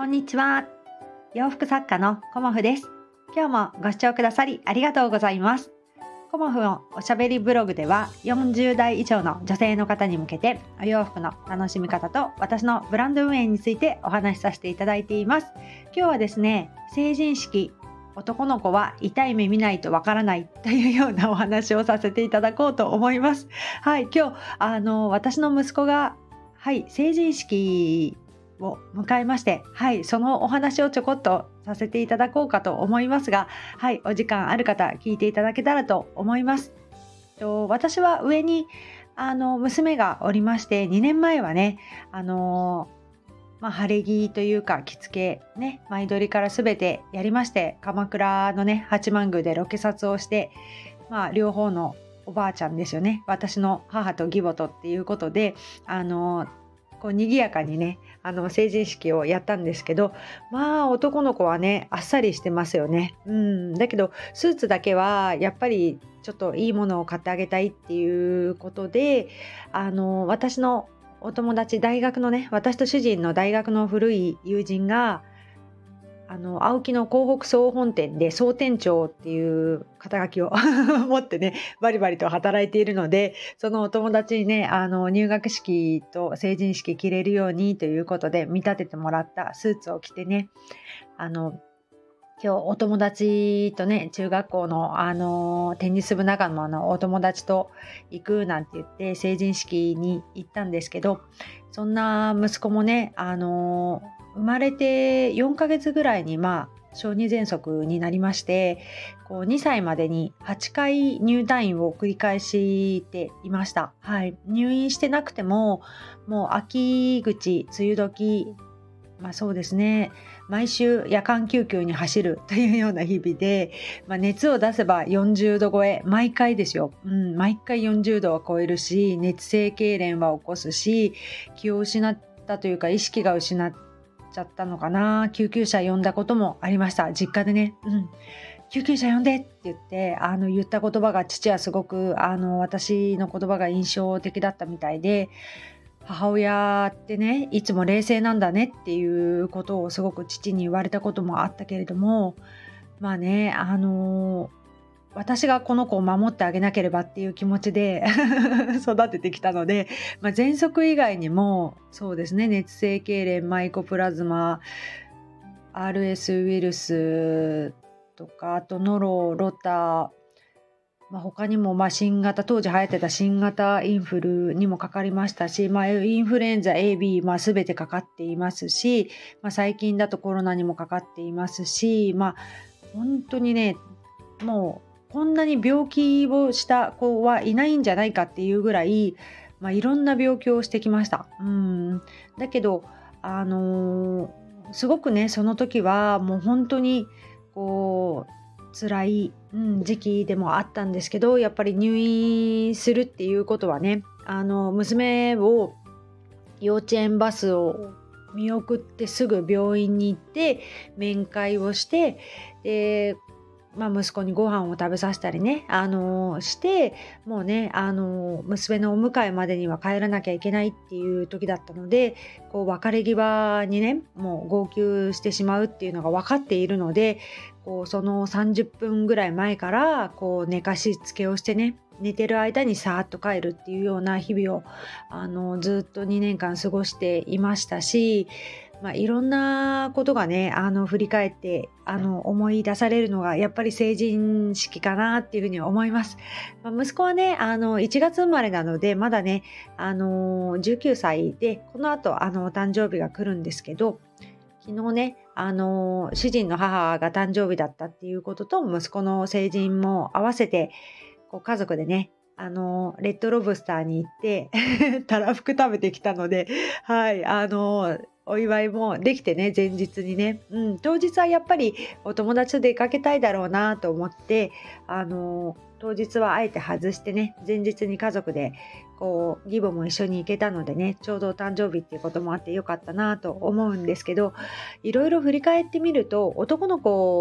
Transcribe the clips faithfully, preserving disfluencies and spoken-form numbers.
こんにちは。洋服作家のコモフです。今日もご視聴くださりありがとうございます。コモフのおしゃべりブログではよんじゅう代以上の女性の方に向けてお洋服の楽しみ方と私のブランド運営についてお話しさせていただいています。今日はですね、成人式、男の子は痛い目見ないとわからないというようなお話をさせていただこうと思います。はい、今日あの私の息子がはい成人式を迎えまして、はい、そのお話をちょこっとさせていただこうかと思いますが、はい、お時間ある方聞いていただけたらと思います。と私は上にあの娘がおりまして、にねんまえはね、あのまあ、晴れ着というか着付けね、前撮りからすべてやりまして、鎌倉のね八幡宮でロケ撮をして、まあ、両方のおばあちゃんですよね、私の母と義母とっていうことで、あのこう賑やかにねあの成人式をやったんですけど、まあ男の子はねあっさりしてますよね。うんだけどスーツだけはやっぱりちょっといいものを買ってあげたいっていうことで、あの私のお友達、大学のね、私と主人の大学の古い友人があの青木の港北総本店で総店長っていう肩書きを持ってねバリバリと働いているので、そのお友達にねあの入学式と成人式着れるようにということで見立ててもらったスーツを着てね、あの今日お友達とね中学校の、あのテニス部仲間のお友達と行くなんて言って成人式に行ったんですけど、そんな息子もね、あの生まれてよんかげつぐらいにまあ小児喘息になりまして、こうにさいまでにはちかい入退院を繰り返していました。はい、入院してなくてももう秋口梅雨時、まあそうですね、毎週夜間救急に走るというような日々で、まあ、熱を出せばよんじゅうど超え、毎回ですよ、うん、毎回よんじゅうどは超えるし、熱性痙攣は起こすし、気を失ったというか意識が失っちゃったのかな、救急車呼んだこともありました、実家でね、うん、救急車呼んでって言ってあの言った言葉が、父はすごくあの私の言葉が印象的だったみたいで、母親ってねいつも冷静なんだねっていうことをすごく父に言われたこともあったけれども、まあね、あの私がこの子を守ってあげなければっていう気持ちで育ててきたので、まあ、喘息以外にもそうですね、熱性痙攣、マイコプラズマ、 アールエス ウイルスとか、あとノロロタ、まあ、他にもまあ新型、当時流行ってた新型インフルにもかかりましたし、まあ、インフルエンザ エービー、まあ、全てかかっていますし、まあ、最近だとコロナにもかかっていますし、まあ、本当にねもうこんなに病気をした子はいないんじゃないかっていうぐらい、まあ、いろんな病気をしてきました。うんだけどあのーすごくねその時はもう本当にこう辛い、うん、時期でもあったんですけど、やっぱり入院するっていうことはね、あの娘を幼稚園バスを見送ってすぐ病院に行って面会をして、でまあ、息子にご飯を食べさせたりね、あのーして、もうね、あのー娘のお迎えまでには帰らなきゃいけないっていう時だったので、こう別れ際にねもう号泣してしまうっていうのが分かっているので、こうそのさんじゅっぷんぐらい前からこう寝かしつけをしてね、寝てる間にさーっと帰るっていうような日々をあのずっとにねんかん過ごしていましたし、まあ、いろんなことがねあの振り返ってあの思い出されるのがやっぱり成人式かなっていうふうに思います。まあ、息子はねあのいちがつ生まれなのでまだねあのじゅうきゅうさいで、この後あの誕生日が来るんですけど、昨日ねあの主人の母が誕生日だったっていうことと、息子の成人も合わせてこう家族でねあのレッドロブスターに行ってたらふく食べてきたので、はいあのお祝いもできてね、前日にね、うん、当日はやっぱりお友達と出かけたいだろうなと思って、あの当日はあえて外してね、前日に家族でこう義母も一緒に行けたのでね、ちょうどお誕生日っていうこともあってよかったなと思うんですけど、いろいろ振り返ってみると男の子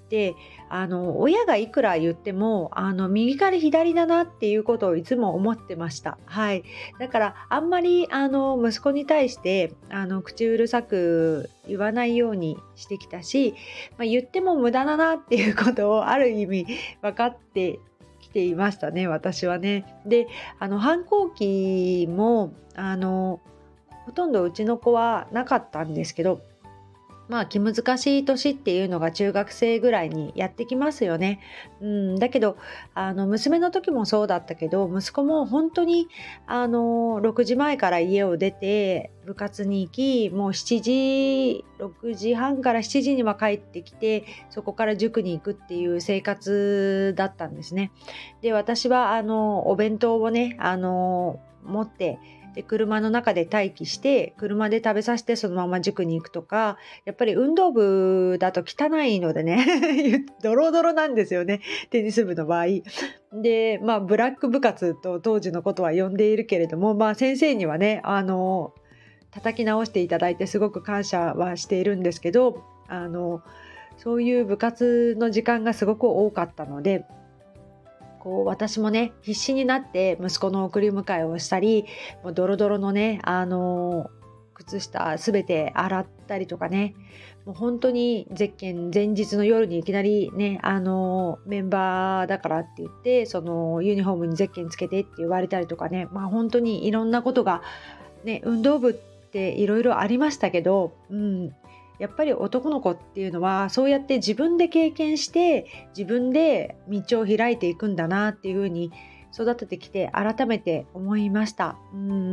で、あの親がいくら言ってもあの右から左だなっていうことをいつも思ってました。はい、だからあんまりあの息子に対してあの口うるさく言わないようにしてきたし、まあ、言っても無駄だなっていうことをある意味分かってきていましたね、私はね。で、あの反抗期もあのほとんどうちの子はなかったんですけど、まあ気難しい年っていうのが中学生ぐらいにやってきますよね。うん、だけどあの娘の時もそうだったけど、息子も本当にあのろくじまえから家を出て部活に行き、もうしちじろくじはんからしちじには帰ってきて、そこから塾に行くっていう生活だったんですね。で、私はあのお弁当をねあの持ってで車の中で待機して車で食べさせてそのまま塾に行くとか、やっぱり運動部だと汚いのでねドロドロなんですよね、テニス部の場合で。まあブラック部活と当時のことは呼んでいるけれども、まあ先生にはねあの叩き直していただいてすごく感謝はしているんですけど、あのそういう部活の時間がすごく多かったので、こう私もね必死になって息子の送り迎えをしたり、もうドロドロのねあの靴下すべて洗ったりとかね、もう本当にゼッケン前日の夜にいきなりねあのメンバーだからって言ってそのユニフォームにゼッケンつけてって言われたりとかね、まあ本当にいろんなことがね、運動部っていろいろありましたけど、うん、やっぱり男の子っていうのはそうやって自分で経験して自分で道を開いていくんだなっていうふうに育ててきて改めて思いました。うん、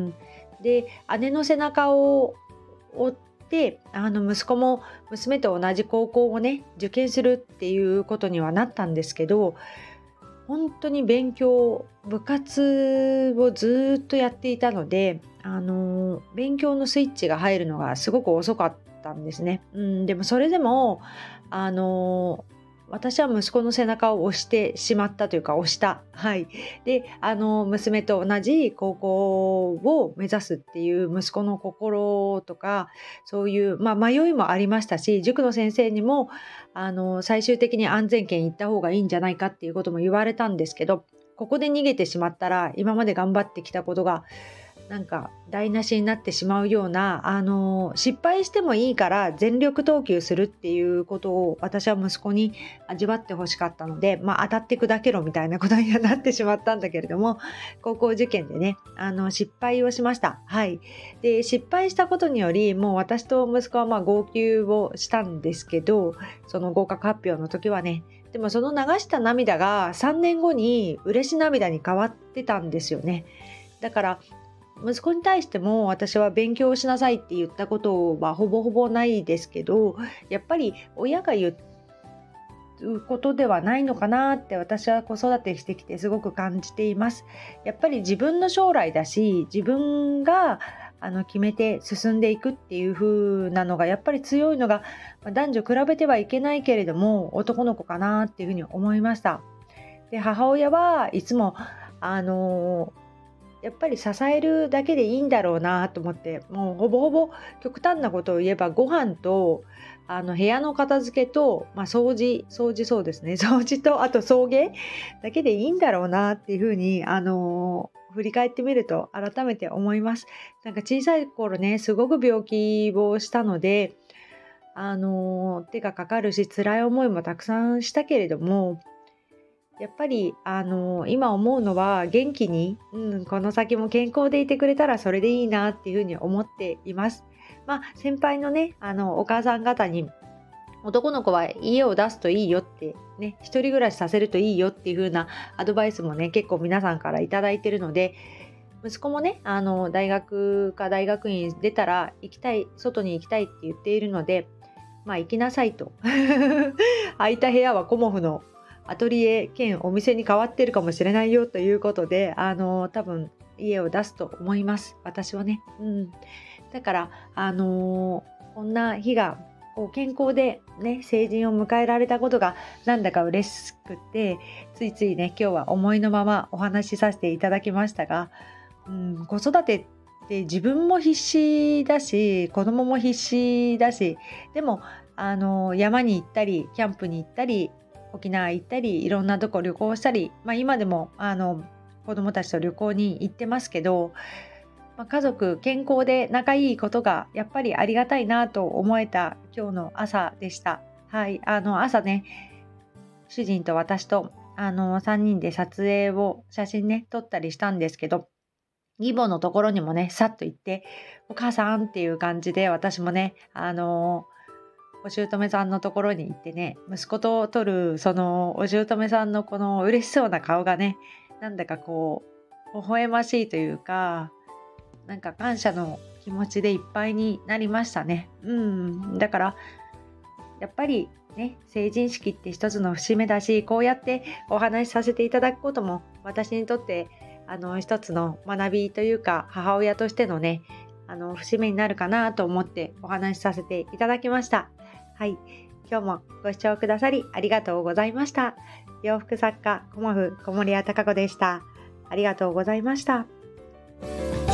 で、姉の背中を追ってあの息子も娘と同じ高校をね受験するっていうことにはなったんですけど、本当に勉強部活をずっとやっていたので、あの勉強のスイッチが入るのがすごく遅かったんですね。うん、でもそれでもあの私は息子の背中を押してしまったというか押した。はい。で、あの娘と同じ高校を目指すっていう息子の心とか、そういう、まあ、迷いもありましたし、塾の先生にもあの最終的に安全圏行った方がいいんじゃないかっていうことも言われたんですけど、ここで逃げてしまったら今まで頑張ってきたことがなんか台無しになってしまうような、あの失敗してもいいから全力投球するっていうことを私は息子に味わってほしかったので、まあ、当たって砕けろみたいなことにはなってしまったんだけれども、高校受験でねあの失敗をしました。はい。で、失敗したことによりもう私と息子はまあ号泣をしたんですけど、その合格発表の時はね、でもその流した涙がさんねんごに嬉し涙に変わってたんですよね。だから息子に対しても私は勉強しなさいって言ったことはほぼほぼないですけど、やっぱり親が言うことではないのかなって私は子育てしてきてすごく感じています。やっぱり自分の将来だし、自分があの決めて進んでいくっていう風なのがやっぱり強いのが、男女比べてはいけないけれども男の子かなっていうふうに思いました。で、母親はいつもあのやっぱり支えるだけでいいんだろうなと思って、もうほぼほぼ極端なことを言えばご飯とあの部屋の片付けと、まあ、掃除掃除そうですね掃除とあと送迎だけでいいんだろうなっていうふうにあのー振り返ってみると改めて思います。なんか小さい頃ねすごく病気をしたので、あのー手がかかるし辛い思いもたくさんしたけれども、やっぱりあの今思うのは元気に、うん、この先も健康でいてくれたらそれでいいなっていうふうに思っています。まあ先輩のねあのお母さん方に男の子は家を出すといいよってね、一人暮らしさせるといいよっていう風なアドバイスもね結構皆さんからいただいてるので、息子もねあの大学か大学院出たら行きたい外に行きたいって言っているので、まあ行きなさいと空いた部屋はコモフのアトリエ兼お店に変わってるかもしれないよということで、あの多分家を出すと思います私はね、うん、だからあのー、こんな日がこう健康でね成人を迎えられたことがなんだか嬉しくて、ついついね今日は思いのままお話しさせていただきましたが、うん、子育てって自分も必死だし子供も必死だし、でもあの山に行ったりキャンプに行ったり沖縄行ったりいろんなとこ旅行したり、まあ、今でもあの子どもたちと旅行に行ってますけど、まあ、家族健康で仲いいことがやっぱりありがたいなと思えた今日の朝でした。はい、あの朝ね主人と私とあのさんにんで撮影を写真ね撮ったりしたんですけど、義母のところにもねさっと行ってお母さんっていう感じで私もねあのお姑さんのところに行ってね息子と撮るそのお姑さんのこの嬉しそうな顔がねなんだかこう微笑ましいというか、なんか感謝の気持ちでいっぱいになりましたね。うんだからやっぱりね成人式って一つの節目だし、こうやってお話しさせていただくことも私にとってあの一つの学びというか母親としてのねあの節目になるかなと思ってお話しさせていただきました。はい、今日もご視聴くださりありがとうございました。洋服作家コモフ小森屋隆子でした。ありがとうございました。